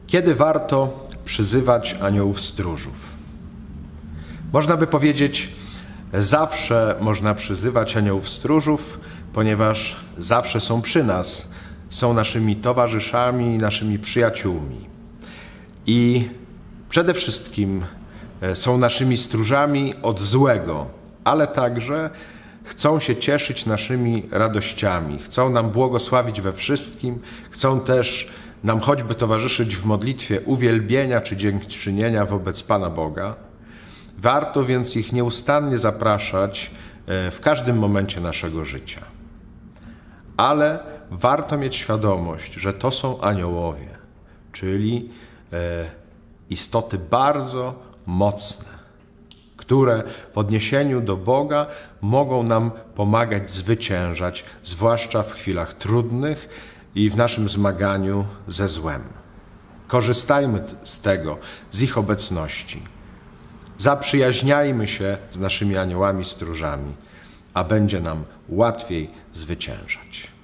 Kiedy warto przyzywać aniołów stróżów? Można by powiedzieć, zawsze można przyzywać aniołów stróżów, ponieważ zawsze są przy nas, są naszymi towarzyszami, naszymi przyjaciółmi. I przede wszystkim są naszymi stróżami od złego, ale także chcą się cieszyć naszymi radościami, chcą nam błogosławić we wszystkim, chcą też nam choćby towarzyszyć w modlitwie uwielbienia czy dziękczynienia wobec Pana Boga. Warto więc ich nieustannie zapraszać w każdym momencie naszego życia. Ale warto mieć świadomość, że to są aniołowie, czyli istoty bardzo mocne, które w odniesieniu do Boga mogą nam pomagać zwyciężać, zwłaszcza w chwilach trudnych i w naszym zmaganiu ze złem. Korzystajmy z tego, z ich obecności. Zaprzyjaźniajmy się z naszymi aniołami stróżami, a będzie nam łatwiej zwyciężać.